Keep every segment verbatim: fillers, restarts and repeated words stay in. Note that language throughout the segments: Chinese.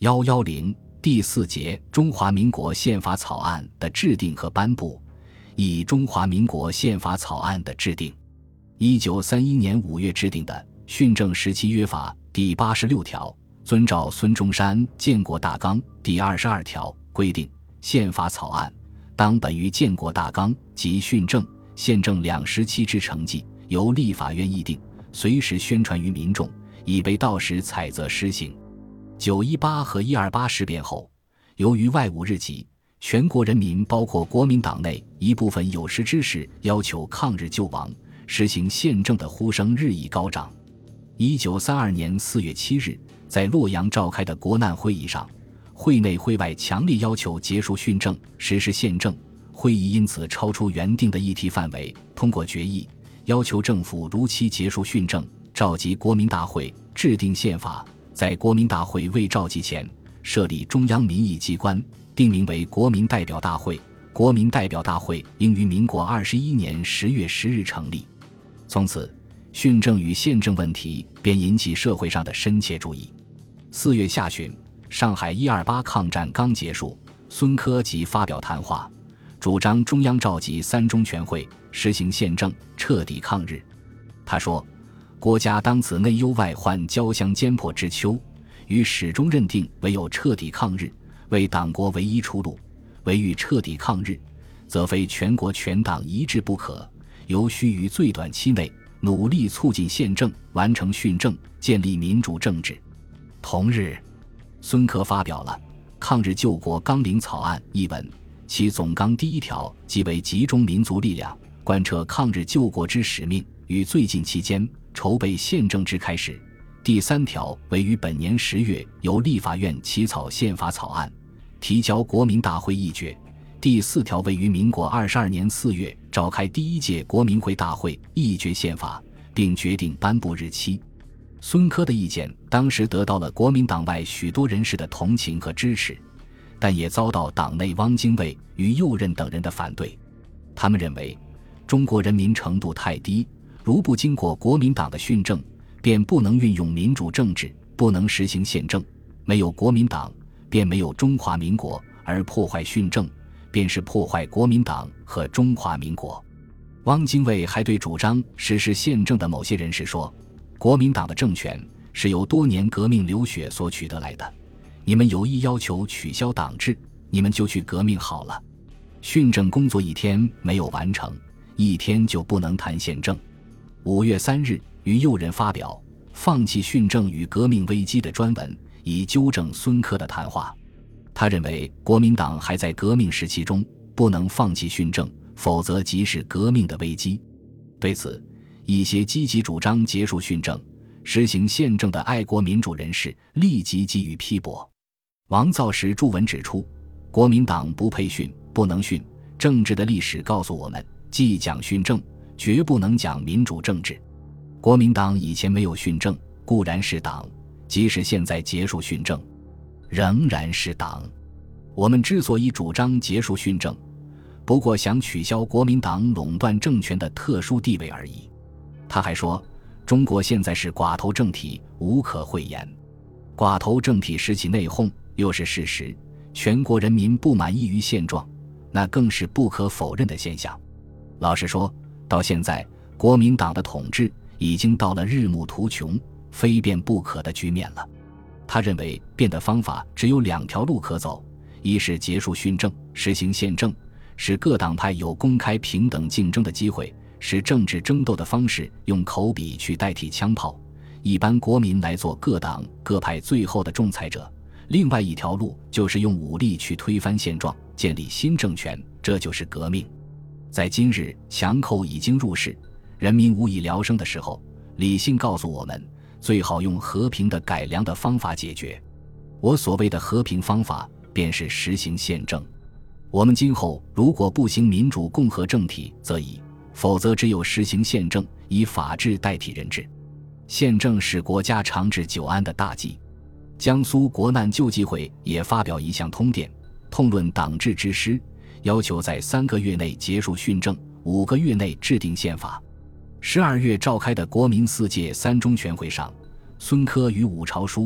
一百一十第四节中华民国宪法草案的制定和颁布，以中华民国宪法草案的制定。一九三一年五月制定的训政时期约法第八十六条，遵照孙中山建国大纲第二十二条规定，宪法草案当本于建国大纲及训政、宪政两时期之成绩，由立法院议定，随时宣传于民众，以备到时采择施行。九一八和一二八事变后，由于外侮日急，全国人民包括国民党内一部分有识之士要求抗日救亡、实行宪政的呼声日益高涨。一九三二年四月七日，在洛阳召开的国难会议上，会内会外强烈要求结束训政，实施宪政。会议因此超出原定的议题范围，通过决议，要求政府如期结束训政，召集国民大会制定宪法。在国民大会未召集前，设立中央民意机关，定名为国民代表大会。国民代表大会应于民国二十一年十月十日成立。从此，训政与宪政问题便引起社会上的深切注意。四月下旬，上海一二八抗战刚结束，孙科即发表谈话，主张中央召集三中全会，实行宪政，彻底抗日。他说，国家当此内忧外患交相间迫之秋，于始终认定唯有彻底抗日为党国唯一出路，唯欲彻底抗日，则非全国全党一致不可，尤须于最短期内努力促进宪政，完成训政，建立民主政治。同日，孙科发表了《抗日救国纲领草案》一文，其总纲第一条即为集中民族力量，贯彻抗日救国之使命，于最近期间筹备宪政之开始。第三条为于本年十月由立法院起草宪法草案，提交国民大会议决。第四条为于民国二十二年四月召开第一届国民会大会，议决宪法，并决定颁布日期。孙科的意见当时得到了国民党外许多人士的同情和支持，但也遭到党内汪精卫与右任等人的反对。他们认为，中国人民程度太低，如不经过国民党的训政，便不能运用民主政治，不能实行宪政。没有国民党，便没有中华民国，而破坏训政，便是破坏国民党和中华民国。汪精卫还对主张实施宪政的某些人士说，国民党的政权是由多年革命流血所取得来的，你们有意要求取消党制，你们就去革命好了。训政工作一天没有完成，一天就不能谈宪政。五月三日，于右任发表《放弃训政与革命危机》的专文，以纠正孙科的谈话。他认为国民党还在革命时期中，不能放弃训政，否则即是革命的危机。对此，一些积极主张结束训政、实行宪政的爱国民主人士立即给予批驳。王造时著文指出，国民党不配训，不能训，政治的历史告诉我们，既讲训政，绝不能讲民主政治。国民党以前没有训政，固然是党，即使现在结束训政，仍然是党。我们之所以主张结束训政，不过想取消国民党垄断政权的特殊地位而已。他还说，中国现在是寡头政体，无可讳言。寡头政体时起内讧又是事实，全国人民不满意于现状，那更是不可否认的现象。老实说，到现在国民党的统治已经到了日暮途穷、非变不可的局面了。他认为变的方法只有两条路可走，一是结束训政，实行宪政，使各党派有公开平等竞争的机会，使政治争斗的方式用口笔去代替枪炮，一般国民来做各党各派最后的仲裁者。另外一条路就是用武力去推翻现状，建立新政权，这就是革命。在今日强寇已经入室，人民无以聊生的时候，理性告诉我们，最好用和平的改良的方法解决。我所谓的和平方法，便是实行宪政。我们今后如果不行民主共和政体，则已；否则只有实行宪政，以法治代替人治。宪政是国家长治久安的大计。江苏国难救济会也发表一项通电，痛论党治之失，要求在三个月内结束训政，五个月内制定宪法。十二月召开的国民四届三中全会上，孙科与伍朝枢、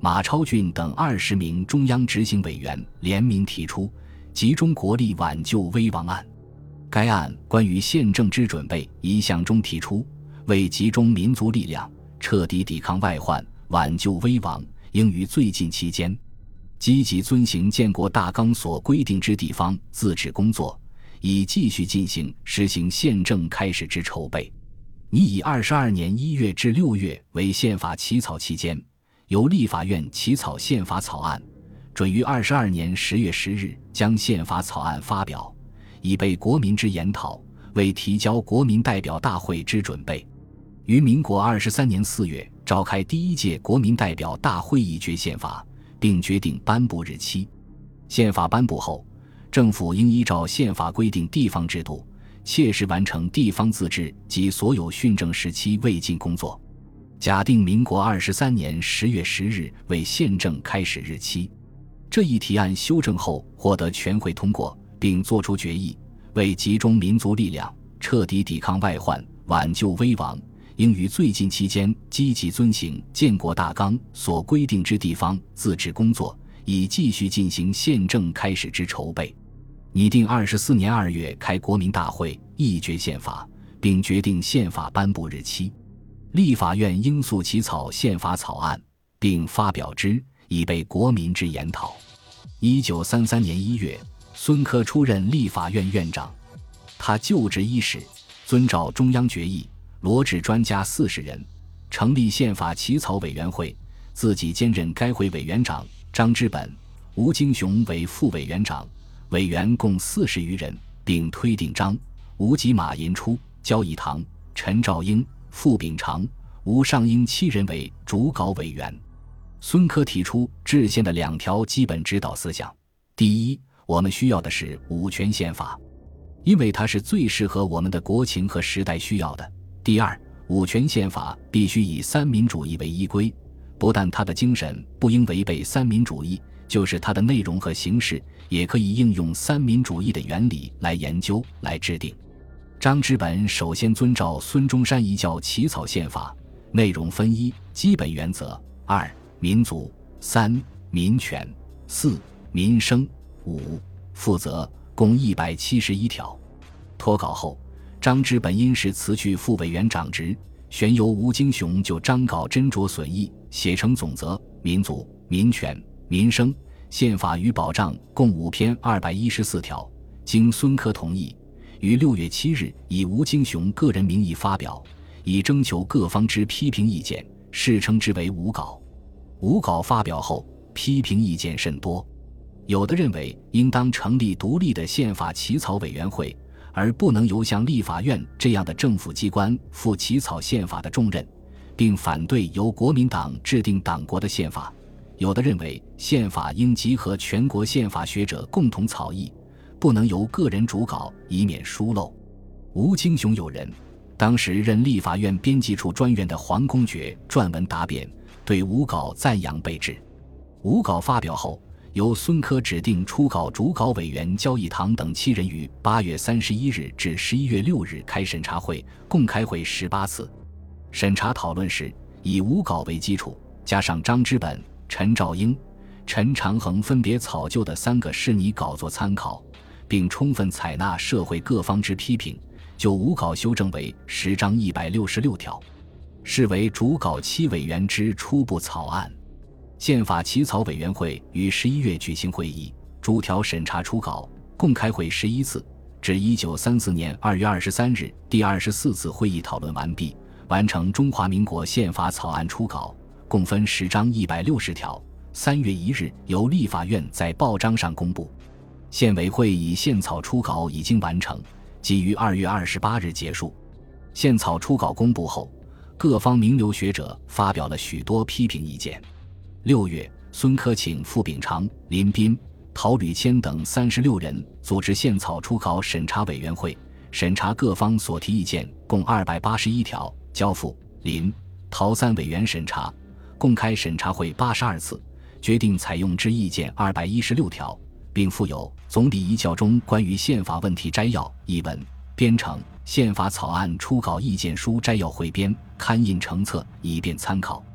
马超俊等二十名中央执行委员联名提出集中国力挽救危亡案。该案关于宪政之准备一项中提出，为集中民族力量彻底抵抗外患挽救危亡，应于最近期间积极遵行建国大纲所规定之地方自治工作，以继续进行实行宪政开始之筹备。拟以二十二年一月至六月为宪法起草期间，由立法院起草宪法草案，准于二十二年十月十日将宪法草案发表，以备国民之研讨，为提交国民代表大会之准备。于民国二十三年四月召开第一届国民代表大会议决宪法，并决定颁布日期。宪法颁布后，政府应依照宪法规定地方制度，切实完成地方自治及所有训政时期未尽工作。假定民国二十三年十月十日为宪政开始日期。这一提案修正后获得全会通过，并作出决议，为集中民族力量彻底抵抗外患挽救危亡，应于最近期间积极遵行建国大纲所规定之地方自治工作，以继续进行宪政开始之筹备。拟定二十四年二月开国民大会议决宪法，并决定宪法颁布日期。立法院应速起草宪法草案，并发表之，以备国民之研讨。一九三三年一月，孙科出任立法院院长。他就职伊始，遵照中央决议，罗致专家四十人，成立宪法起草委员会，自己兼任该会委员长。张之本、吴京雄为副委员长，委员共四十余人，并推定张、吴及马寅初、焦以堂、陈兆英、傅秉常、吴尚英七人为主稿委员。孙科提出制宪的两条基本指导思想：第一，我们需要的是五权宪法，因为它是最适合我们的国情和时代需要的；第二，五权宪法必须以三民主义为依归，不但它的精神不应违背三民主义，就是它的内容和形式也可以应用三民主义的原理来研究来制定。张之本首先遵照孙中山遗教起草宪法，内容分一、基本原则；二、民族；三、民权；四、民生；五、负责，共一百七十一条。脱稿后，张之本因时辞去副委员长职，旋由吴京雄就章稿斟酌损益，写成总则：民族、民权、民生、宪法与保障，共五篇二百一十四条。经孙科同意，于六月七日以吴京雄个人名义发表，以征求各方之批评意见，世称之为五稿。五稿发表后，批评意见甚多，有的认为应当成立独立的宪法起草委员会，而不能由像立法院这样的政府机关负起草宪法的重任，并反对由国民党制定党国的宪法。有的认为宪法应集合全国宪法学者共同草议，不能由个人主稿，以免疏漏。吴京雄有人，当时任立法院编辑处专员的黄公爵撰文答辩，对五稿赞扬备至。五稿发表后，由孙科指定初稿主稿委员焦以堂等七人于八月三十一日至十一月六日开审查会，共开会十八次。审查讨论时，以五稿为基础，加上张之本、陈兆英、陈长衡分别草就的三个试拟稿作参考，并充分采纳社会各方之批评，就五稿修正为十章一百六十六条，视为主稿七委员之初步草案。宪法起草委员会于十一月举行会议，逐条审查初稿，共开会十一次，至一九三四年二月二十三日第二十四次会议讨论完毕，完成中华民国宪法草案初稿，共分十章一百六十条。三月一日由立法院在报章上公布。宪委会以宪草初稿已经完成，即于二月二十八日结束。宪草初稿公布后，各方名流学者发表了许多批评意见。六月，孙科请傅秉常、林彬、陶吕谦等三十六人组织宪草初稿审查委员会，审查各方所提意见，共二百八十一条，交付林、陶三委员审查，共开审查会八十二次，决定采用之意见二百一十六条，并附有总理遗教中关于宪法问题摘要一文，编成宪法草案初稿意见书摘要汇编，刊印成册，以便参考。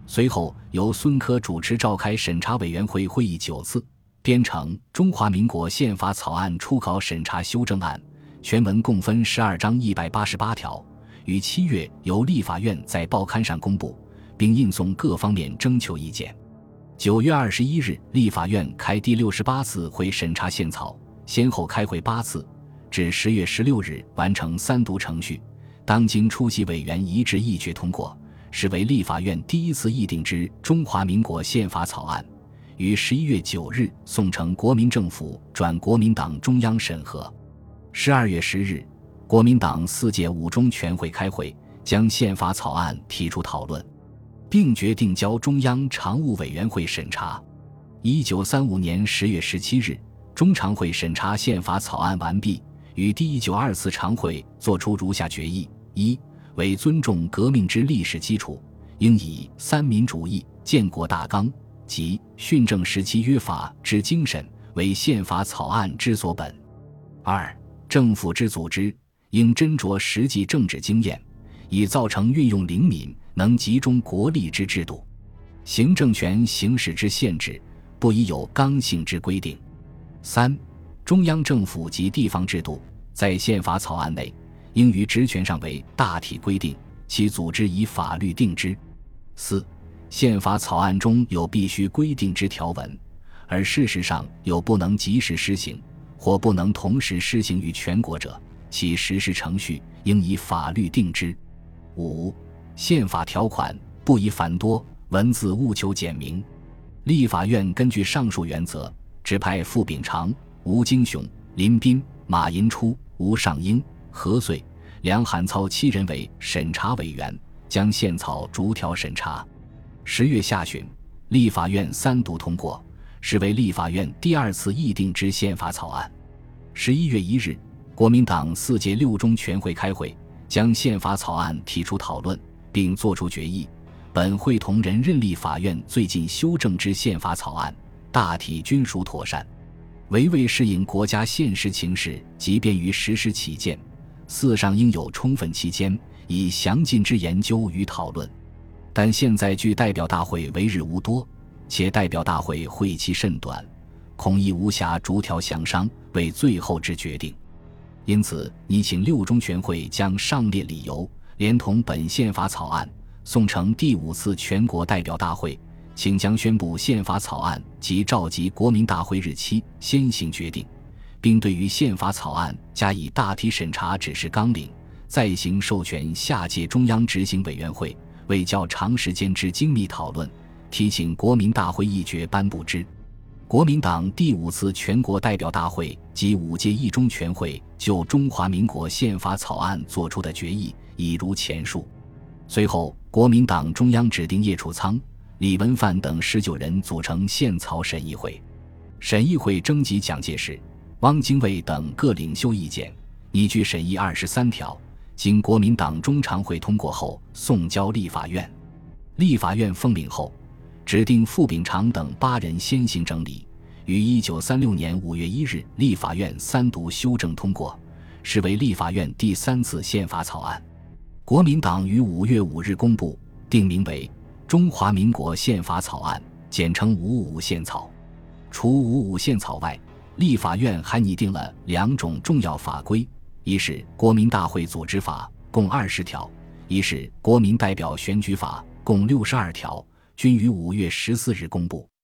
随后由孙科主持召开审查委员会会议九次，编成《中华民国宪法草案初稿审查修正案》，全文共分十二章一百八十八条，于七月由立法院在报刊上公布，并印送各方面征求意见。九月二十一日，立法院开第六十八次会审查宪草，先后开会八次，至十月十六日完成三读程序，当经出席委员一致议决通过，是为立法院第一次议定之中华民国宪法草案，于十一月九日送呈国民政府转国民党中央审核。十二月十日，国民党四届五中全会开会，将宪法草案提出讨论，并决定交中央常务委员会审查。一九三五年十月十七日，中常会审查宪法草案完毕，于第一九二次常会作出如下决议：一、为尊重革命之历史基础，应以三民主义、建国大纲及训政时期约法之精神为宪法草案之所本。二、政府之组织应斟酌实际政治经验，以造成运用灵敏、能集中国力之制度。行政权行使之限制，不宜有刚性之规定。三、中央政府及地方制度在宪法草案内应于职权上为大体规定，其组织以法律定之。四、宪法草案中有必须规定之条文，而事实上有不能及时施行或不能同时施行于全国者，其实施程序应以法律定之。五、宪法条款不宜繁多，文字务求简明。立法院根据上述原则，指派傅秉常、吴京雄、林彬、马寅初、吴尚英、何遂、梁汉操七人为审查委员，将宪草逐条审查。十月下旬，立法院三读通过，是为立法院第二次议定之宪法草案。十一月一日，国民党四届六中全会开会，将宪法草案提出讨论，并作出决议：本会同仁任立法院最近修正之宪法草案，大体均属妥善，唯为适应国家现实情势及便于实施起见，四上应有充分期间，以详尽之研究与讨论。但现在据代表大会为日无多，且代表大会会期甚短，恐亦无暇逐条详商，为最后之决定。因此拟请六中全会将上列理由连同本宪法草案送呈第五次全国代表大会，请将宣布宪法草案及召集国民大会日期先行决定，并对于宪法草案加以大体审查指示纲领，再行授权下届中央执行委员会为较长时间之精密讨论，提请国民大会议决颁布之。国民党第五次全国代表大会及五届一中全会就中华民国宪法草案作出的决议已如前述。随后国民党中央指定叶楚仓、李文范等十九人组成宪草审议会，审议会征集蒋介石、汪精卫等各领袖意见，依据审议二十三条，经国民党中常会通过后送交立法院。立法院奉命后，指定傅秉常等八人先行整理，于一九三六年五月一日立法院三读修正通过，是为立法院第三次宪法草案。国民党于五月五日公布，定名为《中华民国宪法草案》，简称五五宪草。除五五宪草外，立法院还拟定了两种重要法规，一是国民大会组织法，共二十条；一是国民代表选举法，共六十二条，均于五月十四日公布。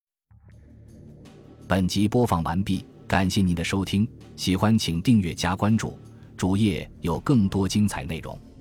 本集播放完毕，感谢您的收听，喜欢请订阅加关注，主页有更多精彩内容。